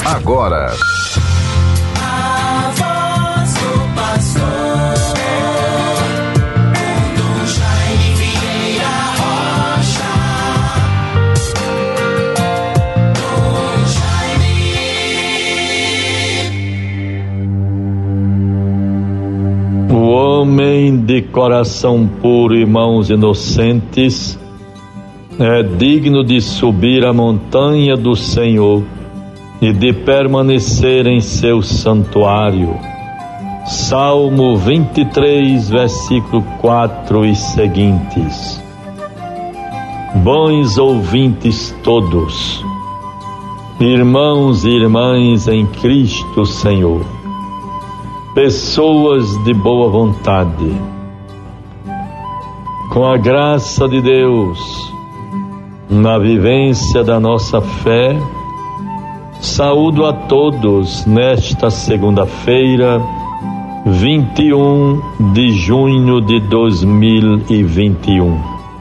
agora. A voz do pastor, com Jaime Vieira Rocha. Com Jaime. O homem de coração puro e mãos inocentes é digno de subir a montanha do Senhor e de permanecer em seu santuário. Salmo 23, versículo 4 e seguintes. Bons ouvintes todos, irmãos e irmãs em Cristo Senhor, pessoas de boa vontade, com a graça de Deus, na vivência da nossa fé, saúdo a todos nesta segunda-feira, 21 de junho de 2021.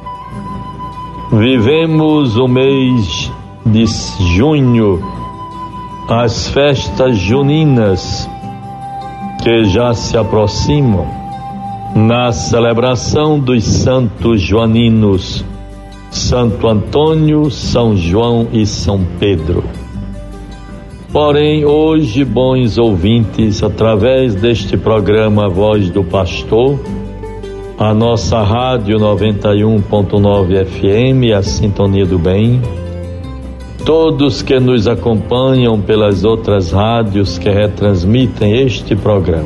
Vivemos o mês de junho, as festas juninas que já se aproximam, na celebração dos santos joaninos, Santo Antônio, São João e São Pedro. Porém, hoje, bons ouvintes, através deste programa Voz do Pastor, a nossa rádio 91.9 FM, a Sintonia do Bem, todos que nos acompanham pelas outras rádios que retransmitem este programa.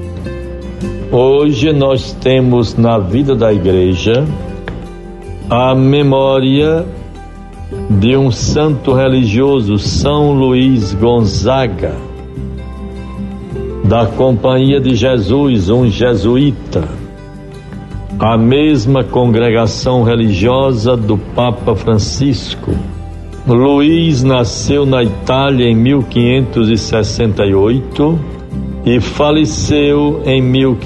Hoje nós temos na vida da igreja a memória de um santo religioso, São Luís Gonzaga, da Companhia de Jesus, um jesuíta, a mesma congregação religiosa do Papa Francisco. Luís nasceu na Itália em 1568 e faleceu em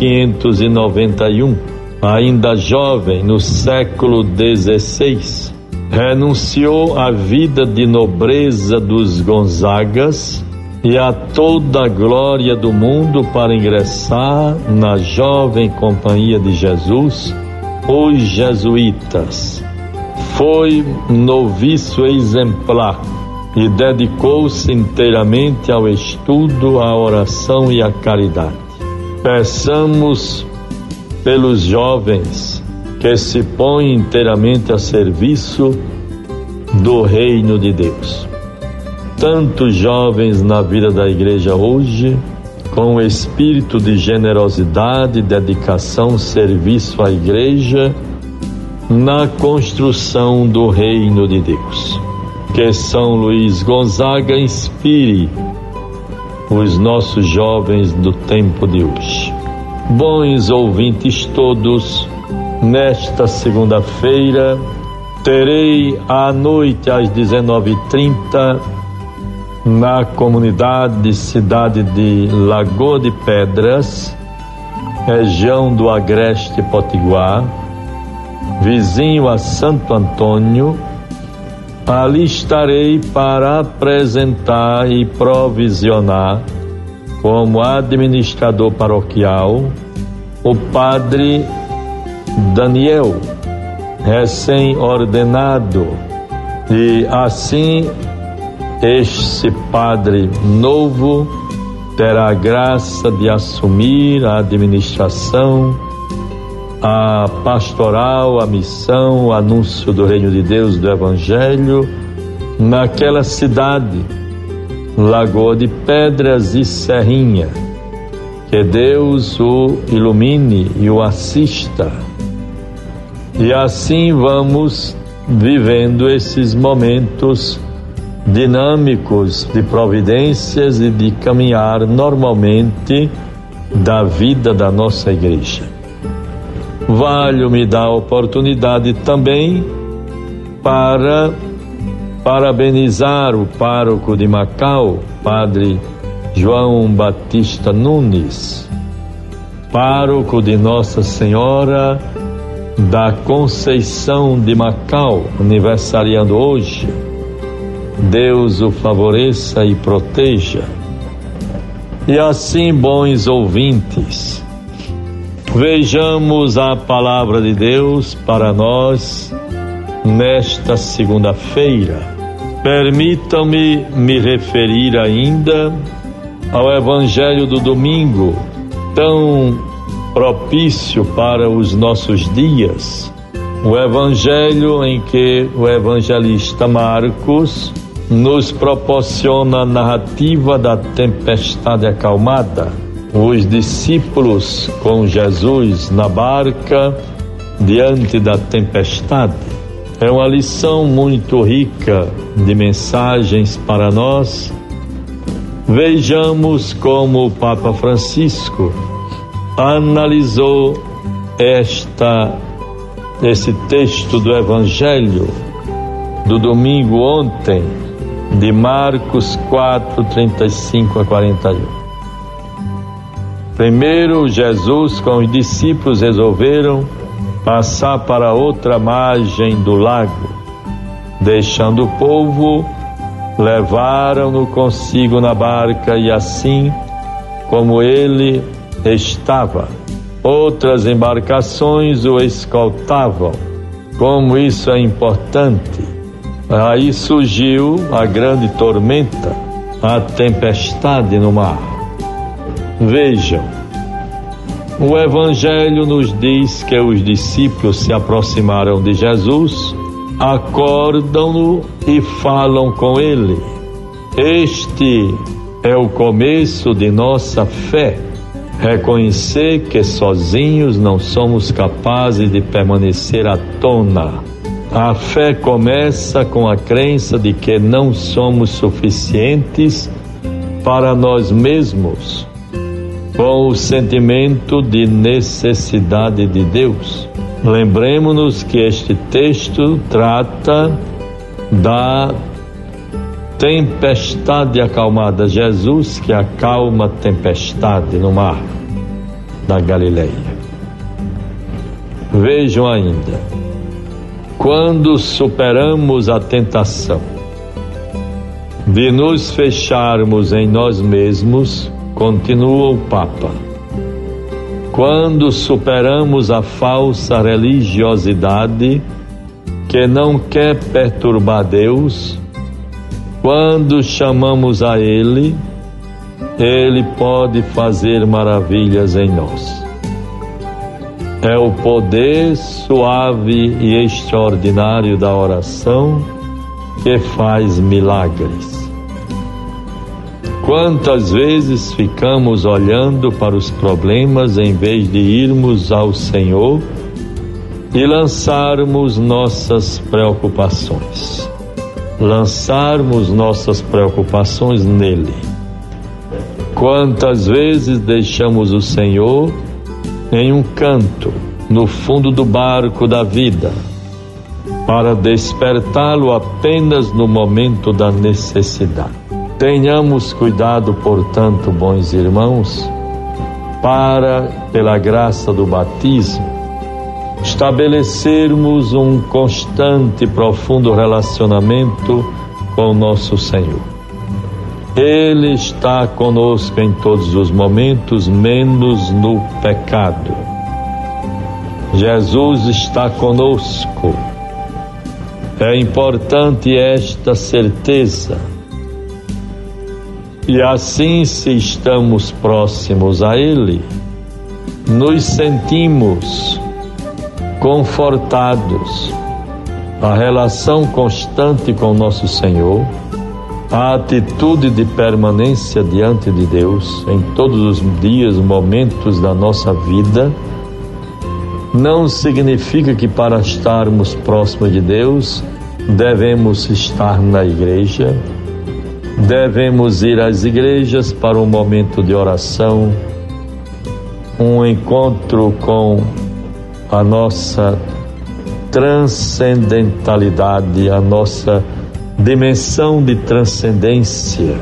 1591. Ainda jovem, no século XVI, renunciou à vida de nobreza dos Gonzagas e a toda a glória do mundo para ingressar na jovem Companhia de Jesus, os jesuítas. Foi noviço exemplar e dedicou-se inteiramente ao estudo, à oração e à caridade. Peçamos pelos jovens que se põem inteiramente a serviço do reino de Deus. Tantos jovens na vida da igreja hoje, com espírito de generosidade, dedicação, serviço à igreja, na construção do reino de Deus. Que São Luís Gonzaga inspire os nossos jovens do tempo de hoje. Bons ouvintes todos, nesta segunda-feira, terei à noite às 19h30, na comunidade cidade de Lagoa de Pedras, região do Agreste Potiguar, vizinho a Santo Antônio. Ali estarei para apresentar e provisionar, como administrador paroquial, o padre Daniel, recém-ordenado, e assim este padre novo terá a graça de assumir a administração, a pastoral, a missão, o anúncio do reino de Deus, do Evangelho, naquela cidade, Lagoa de Pedras e Serrinha. Que Deus o ilumine e o assista. E assim vamos vivendo esses momentos dinâmicos de providências e de caminhar normalmente da vida da nossa igreja. Valho-me dar a oportunidade também para parabenizar o pároco de Macau, Padre João Batista Nunes, pároco de Nossa Senhora da Conceição de Macau, aniversariando hoje. Deus o favoreça e proteja. E assim, bons ouvintes, vejamos a palavra de Deus para nós nesta segunda-feira. Permitam-me me referir ainda ao Evangelho do domingo, tão propício para os nossos dias. O Evangelho em que o evangelista Marcos nos proporciona a narrativa da tempestade acalmada, os discípulos com Jesus na barca diante da tempestade. É uma lição muito rica de mensagens para nós. Vejamos como o Papa Francisco analisou esse texto do Evangelho do domingo ontem, de Marcos 4, 35 a 41. Primeiro, Jesus com os discípulos resolveram passar para outra margem do lago. Deixando o povo, levaram-no consigo na barca e assim como ele estava, outras embarcações o escoltavam. Como isso é importante! Aí surgiu a grande tormenta, a tempestade no mar. Vejam, o Evangelho nos diz que os discípulos se aproximaram de Jesus, acordam-no e falam com ele. Este é o começo de nossa fé. Reconhecer que sozinhos não somos capazes de permanecer à tona. A fé começa com a crença de que não somos suficientes para nós mesmos, com o sentimento de necessidade de Deus. Lembremos-nos que este texto trata da tempestade acalmada. Jesus que acalma a tempestade no mar da Galileia. Vejam ainda, quando superamos a tentação de nos fecharmos em nós mesmos, continua o Papa, quando superamos a falsa religiosidade que não quer perturbar Deus, quando chamamos a Ele, Ele pode fazer maravilhas em nós. É o poder suave e extraordinário da oração que faz milagres. Quantas vezes ficamos olhando para os problemas em vez de irmos ao Senhor e lançarmos nossas preocupações? Lançarmos nossas preocupações nele. Quantas vezes deixamos o Senhor em um canto, no fundo do barco da vida, para despertá-lo apenas no momento da necessidade. Tenhamos cuidado, portanto, bons irmãos, para, pela graça do batismo, estabelecermos um constante e profundo relacionamento com o nosso Senhor. Ele está conosco em todos os momentos, menos no pecado. Jesus está conosco. É importante esta certeza. E assim, se estamos próximos a Ele, nos sentimos confortados. A relação constante com nosso Senhor, a atitude de permanência diante de Deus em todos os dias, momentos da nossa vida, não significa que para estarmos próximos de Deus devemos estar na igreja, devemos ir às igrejas para um momento de oração, um encontro com a nossa transcendentalidade, a nossa dimensão de transcendência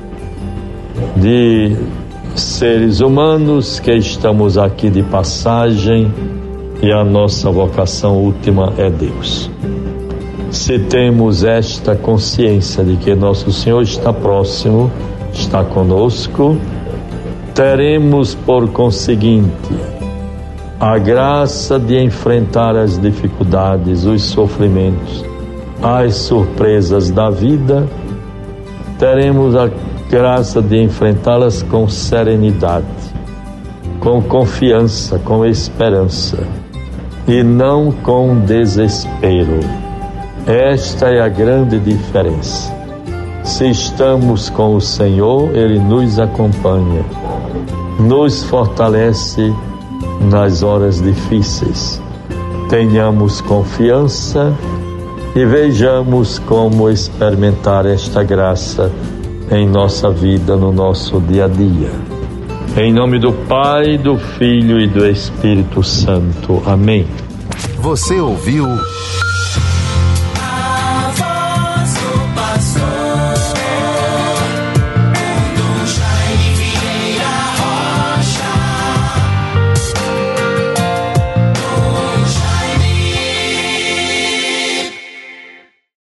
de seres humanos que estamos aqui de passagem e a nossa vocação última é Deus. Se temos esta consciência de que nosso Senhor está próximo, está conosco, teremos por conseguinte a graça de enfrentar as dificuldades, os sofrimentos, as surpresas da vida. Teremos a graça de enfrentá-las com serenidade, com confiança, com esperança e não com desespero. Esta é a grande diferença. Se estamos com o Senhor, Ele nos acompanha, nos fortalece nas horas difíceis. Tenhamos confiança e vejamos como experimentar esta graça em nossa vida, no nosso dia a dia. Em nome do Pai, do Filho e do Espírito Santo. Amém. Você ouviu A voz do pastor.